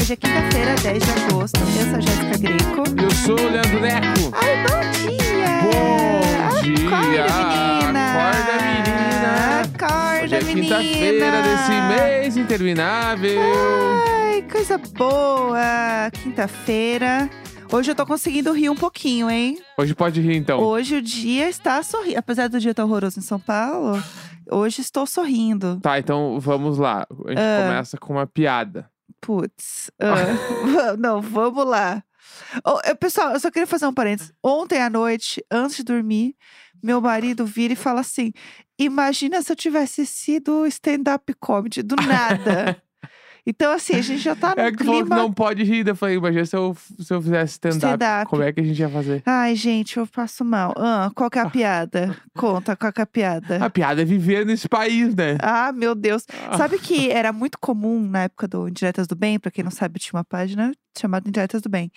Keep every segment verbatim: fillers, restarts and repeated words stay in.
Hoje é quinta-feira, dez de agosto. Eu sou a Jéssica Greco. Eu sou o Leandro Neco. Ai, bom dia! Bom dia! Acorda, menina! Acorda, menina! Acorda, Hoje é menina! quinta-feira desse mês interminável. Ai, coisa boa! Quinta-feira. Hoje eu tô conseguindo rir um pouquinho, hein? Hoje pode rir, então. Hoje o dia está sorrindo. Apesar do dia estar horroroso em São Paulo, hoje estou sorrindo. Tá, então vamos lá. A gente Ah. começa com uma piada. Putz. ah, Não, vamos lá. Ô, eu- pessoal, eu só queria fazer um parênteses. Ontem à noite, antes de dormir, meu marido vira e fala assim: imagina se eu tivesse sido stand-up comedy do nada. Então, assim, a gente já tá no É que tu falou que clima. não pode rir. Eu falei, imagina se eu, se eu fizesse stand-up, Stand-up. como é que a gente ia fazer? Ai, gente, eu passo mal. Ah, qual que é a piada? Conta, qual que é a piada? A piada é viver nesse país, né? Ah, meu Deus. Ah. Sabe que era muito comum na época do Indiretas do Bem, pra quem não sabe, tinha uma página chamada Indiretas do Bem,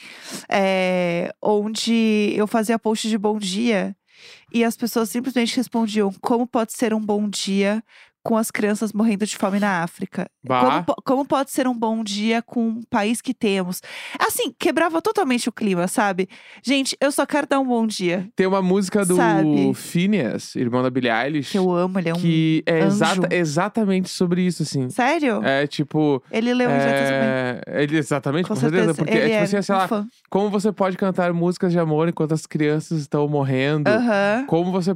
é, onde eu fazia post de bom dia e as pessoas simplesmente respondiam: como pode ser um bom dia com as crianças morrendo de fome na África? Bah. Como, po- como pode ser um bom dia com o país que temos? Assim, quebrava totalmente o clima, sabe? Gente, eu só quero dar um bom dia. Tem uma música do Sabe? Phineas, irmão da Billie Eilish, Que eu amo, ele é um que é anjo. exata- exatamente sobre isso, assim. Sério? É tipo. Ele leu Indiretas do Bem. É, ele, exatamente, Com com, certeza. certeza. Porque Ele é tipo é assim, sei um lá, fã. como você pode cantar músicas de amor enquanto as crianças estão morrendo? Aham. Como você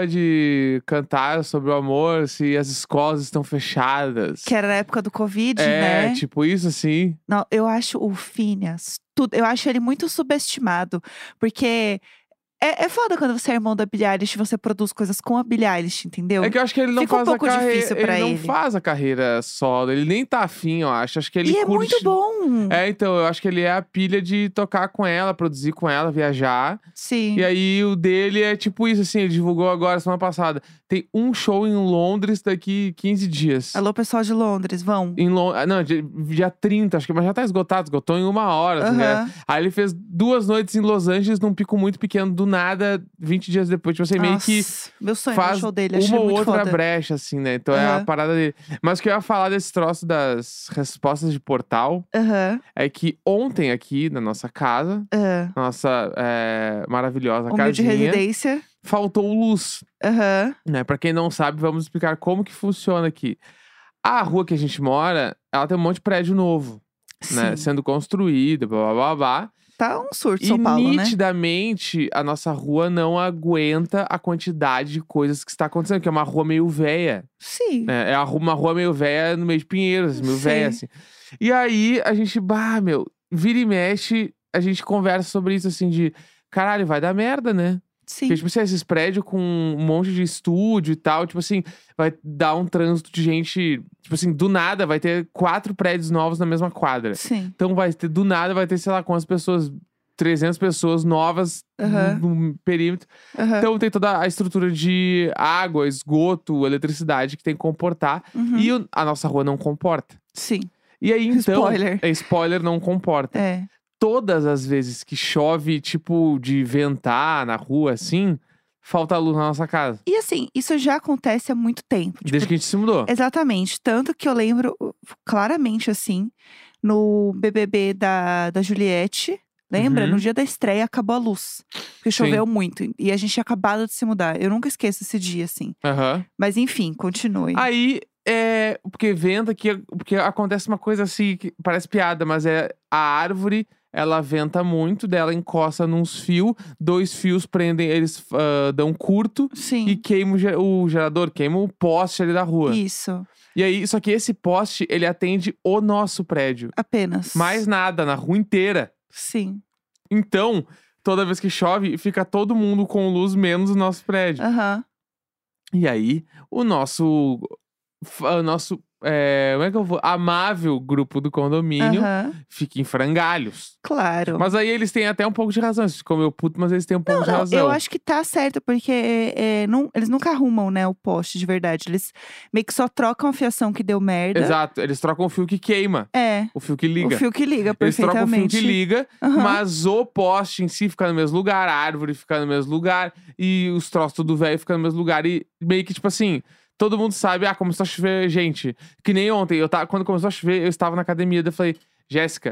pode cantar sobre o amor se as escolas estão fechadas? Que era na época do Covid, é, né? tipo isso, assim. Não, eu acho o Phineas, tudo, eu acho ele muito subestimado. Porque é, é foda quando você é irmão da Billie Eilish e você produz coisas com a Billie Eilish, entendeu? É que eu acho que ele não Fica um faz a pouco carreira. difícil Ele pra não ele. faz a carreira solo. Ele nem tá afim, eu acho. Acho que ele E é curte. muito bom. É, então, eu acho que ele é a pilha de tocar com ela, produzir com ela, viajar. Sim. E aí o dele é tipo isso, assim, ele divulgou agora semana passada. Tem um show em Londres daqui quinze dias. Alô, pessoal de Londres, vão. Em Lon... ah, Não, dia, dia trinta, acho que, mas já tá esgotado, esgotou em uma hora, assim, né? Aham. Aí ele fez duas noites em Los Angeles, num pico muito pequeno, do nada, vinte dias depois. Tipo assim, meio que Nossa, meu sonho no faz show dele, achei uma ou muito outra foda. brecha, assim, né? Então é a Aham. parada dele. Mas o que eu ia falar desse troço das respostas de portal Aham, é que ontem aqui, na nossa casa, aham. nossa é, maravilhosa Humilde casinha, residência. faltou luz. Aham. Né? Pra quem não sabe, vamos explicar como que funciona aqui. A rua que a gente mora, ela tem um monte de prédio novo, né? Sim. Sendo construído, blá, blá, blá, blá. Tá um surto E São Paulo, né? nitidamente, a nossa rua não aguenta a quantidade de coisas que está acontecendo, que é uma rua meio velha, Sim. né? É a ru- uma rua meio velha no meio de Pinheiros, meio Sim. velha, assim. E aí, a gente, bah, meu, vira e mexe, a gente conversa sobre isso, assim, de caralho, vai dar merda, né? Sim. Porque, tipo assim, esses prédios com um monte de estúdio e tal, tipo assim, vai dar um trânsito de gente. Tipo assim, do nada vai ter quatro prédios novos na mesma quadra. Sim. Então vai ter, do nada vai ter, sei lá, quantas pessoas, trezentas pessoas novas Aham. no, no perímetro. Aham. Então tem toda a estrutura de água, esgoto, eletricidade que tem que comportar. Uhum. E o- a nossa rua não comporta. Sim. E aí, então. Spoiler. É spoiler, não comporta. É. Todas as vezes que chove, tipo, de ventar na rua, assim, falta luz na nossa casa. E assim, isso já acontece há muito tempo. Tipo, Desde que a gente se mudou. exatamente. Tanto que eu lembro uh, claramente, assim, no B B B da, da Juliette. Lembra? Uhum. No dia da estreia acabou a luz. Porque Sim. choveu muito. E a gente tinha acabado de se mudar. Eu nunca esqueço esse dia, assim. Aham. Mas enfim, continue. Aí, é. Porque venta que. Porque acontece uma coisa assim, que parece piada, mas é a árvore. Ela venta muito, dela encosta nos fios, dois fios prendem, eles ah, dão curto Sim. e queima o ge- o gerador, queima o poste ali da rua. Isso. E aí, só que esse poste, ele atende o nosso prédio. Apenas. Mais nada, na rua inteira. Sim. Então, toda vez que chove, fica todo mundo com luz, menos o nosso prédio. Aham. E aí, o nosso. f- O nosso. é, como é que eu vou? Amável grupo do condomínio Aham. fica em frangalhos. Claro. Mas aí eles têm até um pouco de razão. Eles ficam meio puto, mas eles têm um pouco de Não, razão. eu acho que tá certo, porque é, é, não- eles nunca arrumam, né, o poste de verdade. Eles meio que só trocam a fiação que deu merda. Exato, eles trocam o fio que queima, É. o fio que liga. O fio que liga Eles trocam o fio perfeitamente. que liga, Aham. mas o poste em si fica no mesmo lugar, a árvore fica no mesmo lugar, e os troços tudo velho ficam no mesmo lugar. E meio que, tipo assim, todo mundo sabe, ah, começou a chover, gente. Que nem ontem, eu tava, quando começou a chover, eu estava na academia, daí eu falei, Jéssica,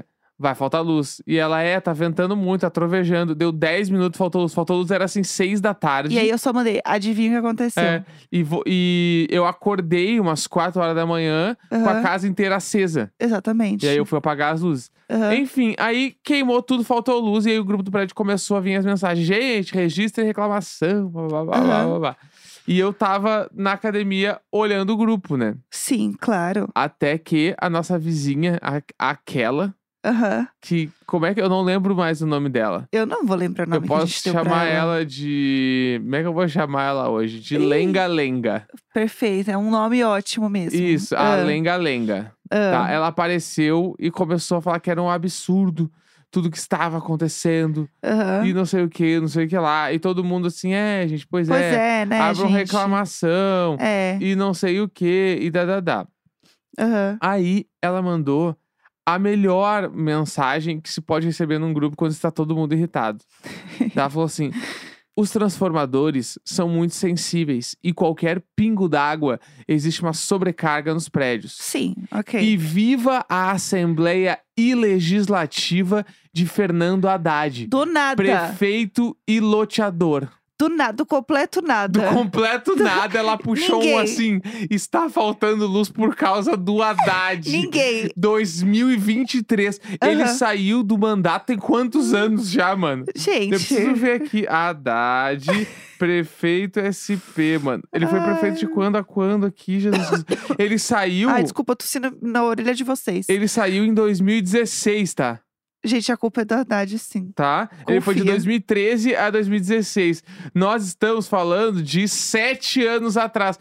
vai faltar luz. E ela, é, tá ventando muito, tá trovejando. Deu dez minutos, faltou luz. Faltou luz, era assim, seis da tarde. E aí eu só mandei, adivinha o que aconteceu. É, e, vo- e eu acordei umas quatro horas da manhã com a Aham. casa inteira acesa. Exatamente. E aí eu fui apagar as luzes. Aham. Enfim, aí queimou tudo, faltou luz. E aí o grupo do prédio começou a vir as mensagens. Gente, registre reclamação, blá, blá, blá, blá, Aham. blá, blá. E eu tava na academia olhando o grupo, né? Sim, claro. Até que a nossa vizinha, a, aquela, Aham. que... Como é que... Eu não lembro mais o nome dela. Eu não vou lembrar o Eu nome que a posso gente deu pra chamar ela. ela de... Como é que eu vou chamar ela hoje? De Ih. Lenga Lenga. Perfeito, é um nome ótimo mesmo. Isso, a Ah, Lenga Lenga. ah. Tá? Ela apareceu e começou a falar que era um absurdo tudo que estava acontecendo. Aham. E não sei o que, não sei o que lá. E todo mundo assim, é, gente, pois, Pois é. é, né, Abram gente? reclamação. É. E não sei o que, e dá, dá, dá. Aham. Aí ela mandou a melhor mensagem que se pode receber num grupo quando está todo mundo irritado. Ela falou assim: os transformadores são muito sensíveis e qualquer pingo d'água existe uma sobrecarga nos prédios. Sim, ok. E viva a Assembleia Ilegislativa de Fernando Haddad, Do nada. prefeito e loteador. Do nada, do completo Do nada. completo nada, ela puxou Ninguém. um assim: está faltando luz por causa do Haddad. Ninguém. dois mil e vinte e três. Ele Aham. saiu do mandato tem quantos anos já, mano? Gente. Eu preciso ver aqui. Haddad, prefeito S P, mano. Ele foi prefeito de Ai. quando a quando aqui, Jesus? Ele saiu. Ai, desculpa, eu tossindo na orelha de vocês. Ele saiu em dois mil e dezesseis, tá? Gente, a culpa é da Haddad, sim. Tá? Ele foi de Confia. dois mil e treze a dois mil e dezesseis. Nós estamos falando de sete anos atrás.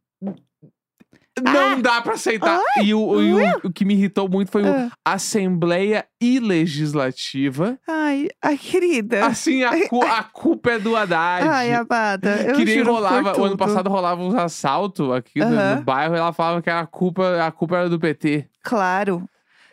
Não dá pra aceitar. E, o, e o, o que me irritou muito foi o Ah. Assembleia Ilegislativa. Ai, ai, querida. Assim, a, cu- a culpa é do Haddad. Ai, amada. Eu que nem juro por rolava, o ano tudo. passado rolava uns assaltos aqui no- Aham. no bairro. E ela falava que a culpa, a culpa era do P T. Claro.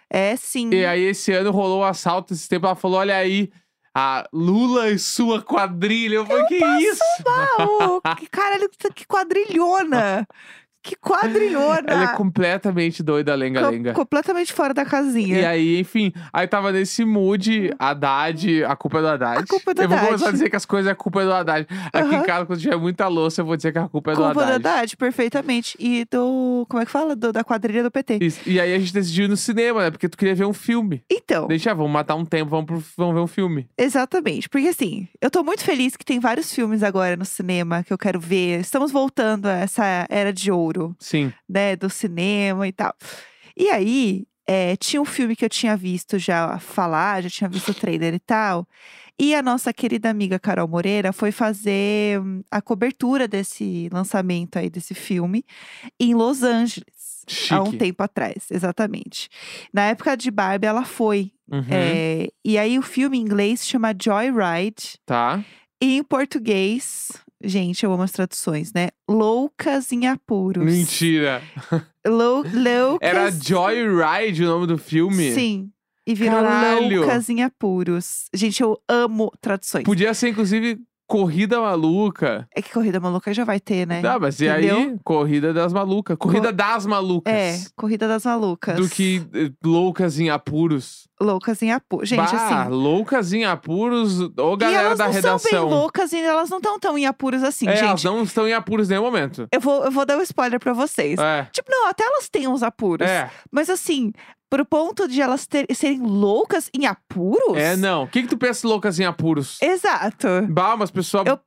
É sim. E aí, esse ano rolou o assalto. Esse tempo ela falou: olha aí, a Lula e sua quadrilha. Eu falei: que isso? Uau, que caralho, que quadrilhona. Que quadrilhona. Ela é completamente doida, Co- lenga-lenga. completamente fora da casinha. E aí, enfim, aí tava nesse mood, Haddad, a culpa é do Haddad. A culpa é do Eu vou Haddad. começar a dizer que as coisas é culpa do Haddad. Aqui Aham. em casa, quando tiver muita louça, eu vou dizer que a culpa é do Culpa da Haddad. Haddad, perfeitamente. E do. Como é que fala? Do- da quadrilha do P T. Isso. E aí a gente decidiu ir no cinema, né? Porque tu queria ver um filme. Então, Deixa, vamos matar um tempo, vamos, pro- vamos ver um filme. exatamente. Porque assim, eu tô muito feliz que tem vários filmes agora no cinema que eu quero ver. Estamos voltando a essa era de ouro, Sim. né? Do cinema e tal. E aí, é, tinha um filme que eu tinha visto já falar, já tinha visto o trailer e tal. E a nossa querida amiga Carol Moreira foi fazer hum, a cobertura desse lançamento aí, desse filme, em Los Angeles. Há um Chique. tempo atrás, exatamente. Na época de Barbie, ela foi. Uhum. É, e aí, o filme em inglês chama Joyride. Tá. E em português, gente, eu amo as traduções, né? Loucas em Apuros. Mentira. Lou, loucas... Era Joyride o nome do filme? Sim. E virou Caralho. Loucas em Apuros. Gente, eu amo traduções. Podia ser, inclusive, Corrida Maluca. É que Corrida Maluca já vai ter, né? Tá, mas e Entendeu? aí? Corrida das Malucas. Corrida das Malucas. É, Corrida das Malucas. Do que eh, loucas em apuros. Loucas em Apuros. Gente, bah, assim... loucas em apuros. Ô, E galera elas da não redação. são bem loucas e elas não estão tão em apuros assim, é, gente. elas não estão em apuros em nenhum momento. Eu vou, eu vou dar um spoiler pra vocês. É. Tipo, não, até elas têm uns apuros. É. Mas assim, pro ponto de elas ter- serem loucas em apuros? É, não. O que, que tu pensa loucas em apuros? Exato. Bah, umas pessoas Eu-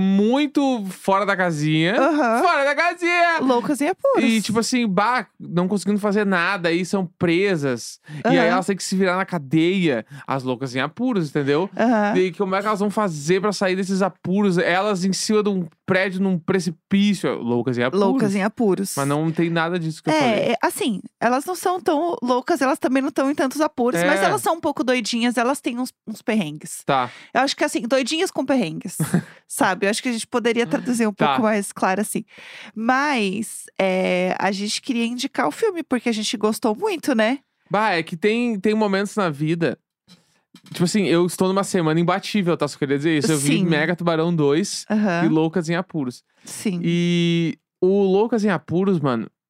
muito fora da casinha. Aham. Fora da casinha! Loucas em apuros. E, tipo assim, bah, não conseguindo fazer nada, aí são presas. E aí Aham. elas têm que se virar na cadeia, as loucas em apuros, entendeu? Aham. E como é que elas vão fazer pra sair desses apuros? Elas em cima de um prédio, num precipício. Loucas em apuros. Loucas em apuros. Mas não tem nada disso que eu falei. É, é, assim, elas não são tão loucas, elas também não estão em tantos apuros, É. mas elas são um pouco doidinhas, elas têm uns, uns perrengues. Tá. Eu acho que assim, doidinhas com perrengues, sabe? Eu acho que a gente poderia traduzir um Tá. pouco mais claro assim. Mas é, a gente queria indicar o filme, porque a gente gostou muito, né? Bah, é que tem, tem momentos na vida. Tipo assim, eu estou numa semana imbatível, tá? Só queria dizer isso. Eu vi Sim. Mega Tubarão dois Aham. e Loucas em Apuros. Sim. E o Loucas em Apuros, mano,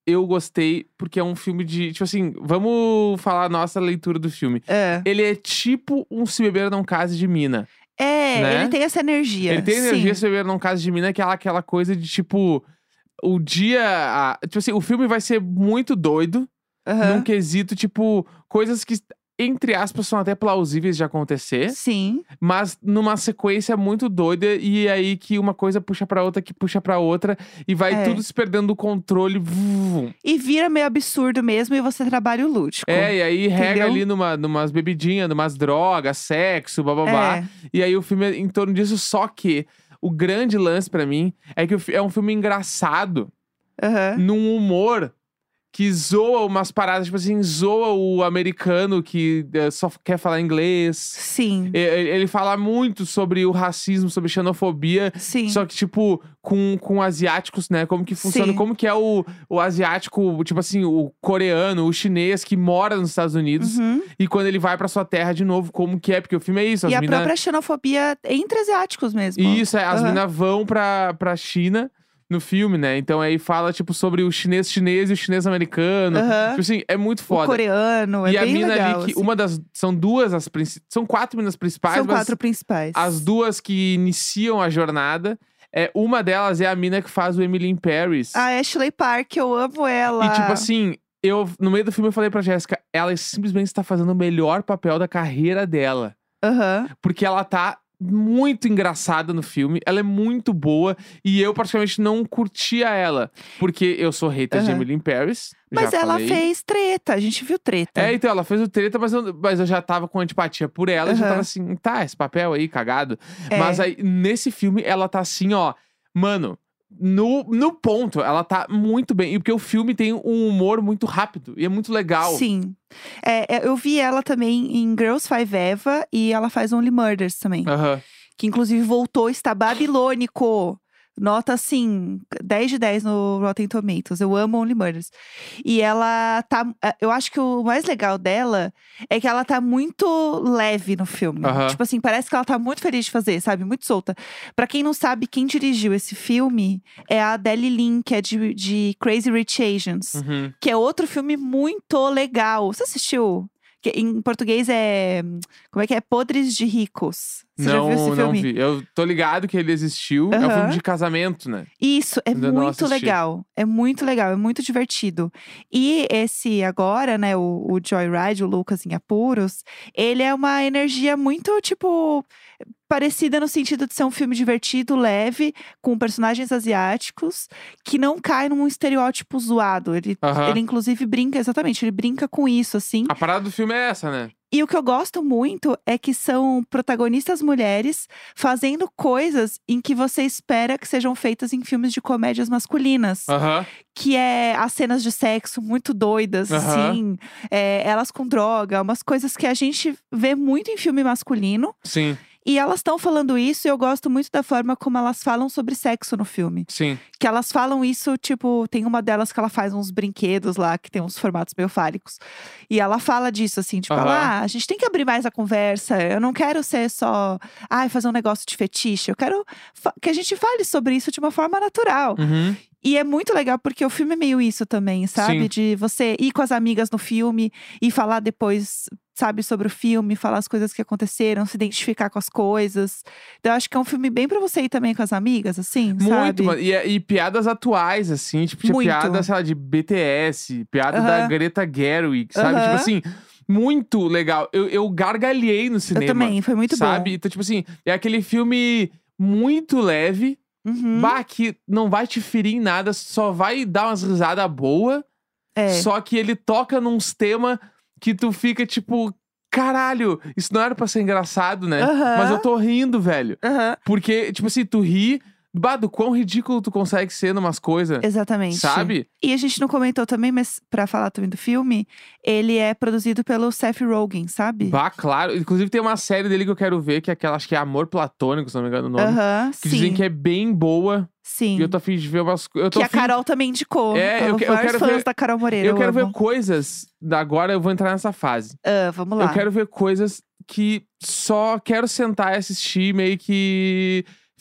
eu gostei porque é um filme de... Tipo assim, vamos falar a nossa leitura do filme. É. Ele é tipo um Se Beber Não Case de Mina. É, né? ele tem essa energia. Ele tem energia sim. Se Beber Não Case de Mina, que é aquela coisa de tipo... O dia... a- tipo assim, o filme vai ser muito doido. Aham. Num quesito, tipo... Coisas que, entre aspas, são até plausíveis de acontecer. Sim. Mas numa sequência muito doida. E aí que uma coisa puxa pra outra, que puxa pra outra. E vai É. tudo se perdendo do controle. Vum. E vira meio absurdo mesmo e você trabalha o lúdico. É, e aí rega Entendeu? ali numa, numas bebidinhas, numas drogas, sexo, bababá. É. E aí o filme é em torno disso, só que o grande lance pra mim é que o fi- é um filme engraçado, Aham. num humor que zoa umas paradas, tipo assim, zoa o americano que eh, só quer falar inglês. Sim. E- e- Ele fala muito sobre o racismo, sobre xenofobia. Sim. Só que, tipo, com, com asiáticos, né? Como que funciona, Sim. como que é o, o asiático, tipo assim, o coreano, o chinês que mora nos Estados Unidos. Uhum. E quando ele vai pra sua terra de novo, como que é? Porque o filme é isso. As E a mina... própria xenofobia entre asiáticos mesmo. Isso, é, as Aham. minas vão pra, pra China no filme, né? Então aí fala, tipo, sobre o chinês chinês e o chinês americano. Aham. Tipo assim, é muito O foda. coreano, é E a bem mina legal. ali, que assim. uma das. São duas as principais. São quatro minas principais, São mas quatro principais. as duas que iniciam a jornada. É, uma delas é a mina que faz o Emily in Paris. A Ashley Park, eu amo ela. E tipo assim, eu no meio do filme eu falei pra Jéssica, ela simplesmente está fazendo o melhor papel da carreira dela. Aham. Porque ela tá muito engraçada no filme, ela é muito boa. E eu praticamente não curtia ela. Porque eu sou hater de Aham. Emily in Paris. Mas já ela falei. fez treta, a gente viu treta. É, então, ela fez o treta, mas eu, mas eu já tava com antipatia por ela. E já Aham. tava assim, tá, esse papel aí, cagado. É. Mas aí, nesse filme, ela tá assim, ó... Mano, no, no ponto, ela tá muito bem. E porque o filme tem um humor muito rápido. E é muito legal. Sim. É, é, eu vi ela também em Girls Five Eva e ela faz Only Murders também. Aham. Que inclusive voltou, está babilônico. Nota assim, dez de dez no Rotten Tomatoes. Eu amo Only Murders. E ela tá. Eu acho que o mais legal dela é que ela tá muito leve no filme. Aham. Tipo assim, parece que ela tá muito feliz de fazer, sabe? Muito solta. Pra quem não sabe, quem dirigiu esse filme é a Adele Lim, que é de, de Crazy Rich Asians. Uhum. Que é outro filme muito legal. Você assistiu? Que em português é. Como é que é? Podres de Ricos. Você já Não, viu esse não filme? vi. Eu tô ligado que ele existiu. É um Aham. filme de casamento, né? Isso, é Ainda não muito assisti. legal. É muito legal, é muito divertido. E esse agora, né, o, o Joyride, o Lucas em Apuros, ele é uma energia muito, tipo, parecida no sentido de ser um filme divertido, leve, com personagens asiáticos, que não cai num estereótipo zoado. Ele, Aham. ele inclusive brinca, exatamente, ele brinca com isso, assim. A parada do filme é essa, né? E o que eu gosto muito é que são protagonistas mulheres fazendo coisas em que você espera que sejam feitas em filmes de comédias masculinas. Aham. Que é as cenas de sexo muito doidas, Aham. assim. É, elas com droga, umas coisas que a gente vê muito em filme masculino. Sim, E elas estão falando isso e eu gosto muito da forma como elas falam sobre sexo no filme. sim. Que elas falam isso, tipo, tem uma delas que ela faz uns brinquedos lá, que tem uns formatos meio fálicos. E ela fala disso, assim, tipo, Aham. ela, ah, a gente tem que abrir mais a conversa. Eu não quero ser só, ai, fazer um negócio de fetiche. Eu quero fa- que a gente fale sobre isso de uma forma natural. Uhum. E é muito legal, porque o filme é meio isso também, sabe? Sim. De você ir com as amigas no filme e falar depois, sabe, sobre o filme, falar as coisas que aconteceram, se identificar com as coisas. Então, eu acho que é um filme bem pra você ir também com as amigas, assim, Muito, sabe? mano. E, e piadas atuais, assim. Tipo, tinha Muito. piada, sei lá, de B T S. Piada Aham. da Greta Gerwig, sabe? Aham. Tipo assim, muito legal. Eu, eu gargalhei no cinema. Eu também, foi muito sabe? bom. Então, tipo assim, é aquele filme muito leve. Uhum. Bah, que não vai te ferir em nada, só vai dar umas risadas boas. É. Só que ele toca nos temas que tu fica tipo, caralho, isso não era pra ser engraçado, né? Aham. Mas eu tô rindo, velho. Aham. Porque, tipo assim, tu ri, bah, do quão ridículo tu consegue ser numas coisas. Exatamente. Sabe? E a gente não comentou também, mas pra falar também do filme, ele é produzido pelo Seth Rogen, sabe? Bah, claro. Inclusive tem uma série dele que eu quero ver, que é aquela, acho que é Amor Platônico, se não me engano o nome. Aham, Que sim. dizem que é bem boa. Sim. E eu tô afim de ver umas coisas. Que a Carol também indicou. É, eu que- eu Vários quero fãs ver- da Carol Moreira. Eu quero ver amo. coisas. Da agora eu vou entrar nessa fase. Ah, vamos lá. Eu quero ver coisas que só quero sentar e assistir, meio que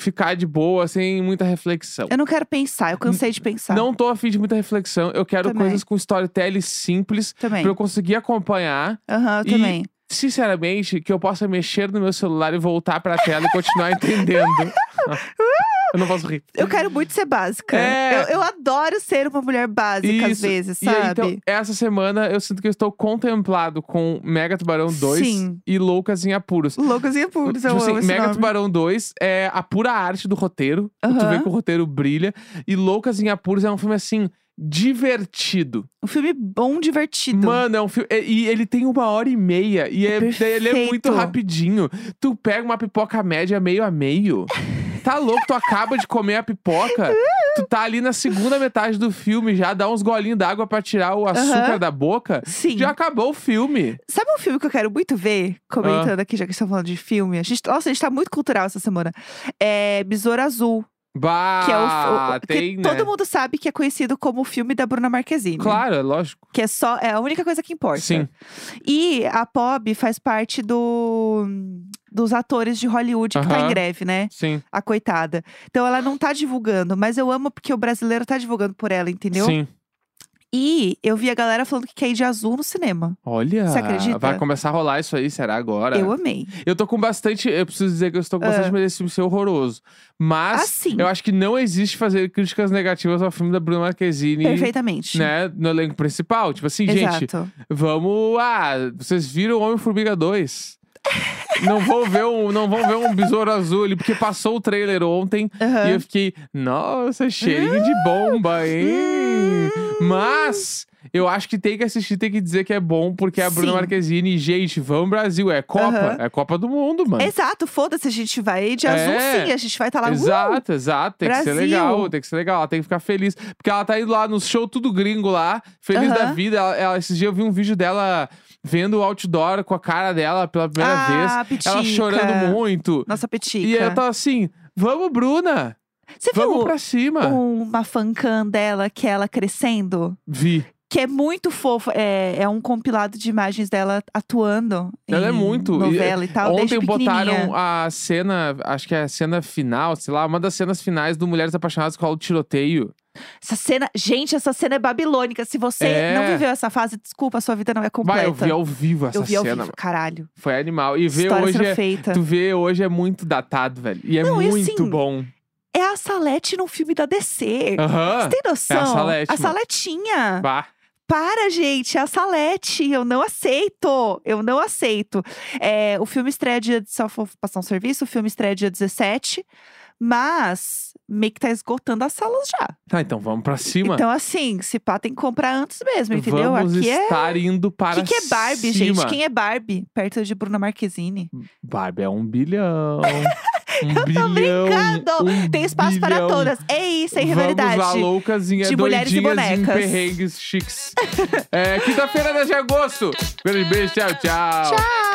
ficar de boa, sem muita reflexão. Eu não quero pensar, eu cansei de pensar. Não tô afim de muita reflexão. Eu quero Também. coisas com storytelling simples Também. pra eu conseguir acompanhar. Aham, eu E, também. sinceramente, que eu possa mexer no meu celular e voltar pra tela e continuar entendendo. Eu não posso rir. Eu quero muito ser básica. É. Eu, eu adoro ser uma mulher básica às Isso. vezes, E aí, sabe? então, essa semana eu sinto que eu estou contemplado com Mega Tubarão dois Sim. e Loucas em Apuros. Loucos e apuros, Tipo eu assim, amo esse Mega nome. Tubarão dois é a pura arte do roteiro. Tu Aham. vê que o roteiro brilha. E Loucas em Apuros é um filme assim, divertido. Um filme bom, divertido. Mano, é um filme. E ele tem uma hora e meia. E É é, ele é muito perfeito. rapidinho. Tu pega uma pipoca média meio a meio. Tá louco, tu acaba de comer a pipoca. Tu tá ali na segunda metade do filme, já dá uns golinhos d'água pra tirar o açúcar Aham. da boca. Sim. Já acabou o filme. Sabe um filme que eu quero muito ver? Comentando Ah. aqui, já que estamos falando de filme. A gente, nossa, a gente tá muito cultural essa semana. É Besouro Azul. Bah, Que é o, o que tem, né? todo mundo sabe que é conhecido como o filme da Bruna Marquezine. Claro, é lógico. Que é só é a única coisa que importa. Sim. E a Pob faz parte do dos atores de Hollywood que tá em Aham. greve, né? Sim, A coitada. Então ela não tá divulgando, mas eu amo porque o brasileiro tá divulgando por ela, entendeu? sim. E eu vi a galera falando que quer ir de azul no cinema. Olha, Você acredita? vai começar a rolar isso aí, será agora? Eu amei. Eu tô com bastante. Eu preciso dizer que eu estou com bastante Ah. medo desse filme ser horroroso. Mas Assim. eu acho que não existe fazer críticas negativas ao filme da Bruna Marquezine, Perfeitamente. né? No elenco principal. Tipo assim, gente, Exato. vamos. Ah, vocês viram Homem-Formiga dois? Não vão ver um, não vão ver um besouro azul ali, porque passou o trailer ontem Aham. e eu fiquei, nossa, cheirinho de bomba, hein? Hum. Mas eu acho que tem que assistir, tem que dizer que é bom, porque é a Bruna Sim. Marquezine, gente, vamos Brasil, é Copa, Aham. é Copa do Mundo, mano. Exato, foda-se, a gente vai de azul É. sim, a gente vai estar tá lá. uh! Exato, exato. Tem que ser Brasil. legal, tem que ser legal. Ela tem que ficar feliz. Porque ela tá indo lá no show tudo gringo lá, feliz da Aham. vida. Ela, ela- esses dias eu vi um vídeo dela vendo o outdoor com a cara dela pela primeira Ah, vez. Ela pitica. chorando muito. Nossa petica. E eu tava assim, vamos, Bruna! Você Vamos viu pra cima. uma fancam dela que é ela crescendo? Vi. Que é muito fofo. É, é um compilado de imagens dela atuando. Ela em é muito. novela e, tal. desde Ontem botaram pequenininha. a cena, acho que é a cena final, sei lá, uma das cenas finais do Mulheres Apaixonadas com o tiroteio. Essa cena. Gente, essa cena é babilônica. Se você É. não viveu essa fase, desculpa, a sua vida não é completa. Vai, eu vi ao vivo essa Eu vi ao cena. vivo, mano. caralho. Foi animal. E ver História hoje sendo é, feita. tu vê hoje é muito datado, velho. E é Não, e muito assim, bom. É a Salete num filme da D C. Aham. Você tem noção? É a Salete, A mano. Saletinha. Bah. Para, gente, é a Salete. Eu não aceito. Eu não aceito. É, o filme estreia dia. Só vou passar um serviço. O filme estreia dia dezessete. Mas meio que tá esgotando as salas já. Tá, então vamos pra cima. Então, assim, se pá, tem que comprar antes mesmo, entendeu? Vamos Aqui é. estar indo O para que, que é Barbie, cima. gente? Quem é Barbie? Perto de Bruna Marquezine. Barbie é um bilhão. Um Eu tô bilhão. brincando! um Tem espaço para bilhão. todas. Ei, sem rivalidade. Vamos lá, loucas em de mulheres e doidinhas em bonecas. perrengues chiques. é, quinta-feira, dez de agosto. Beijo, beijo, tchau, tchau. Tchau!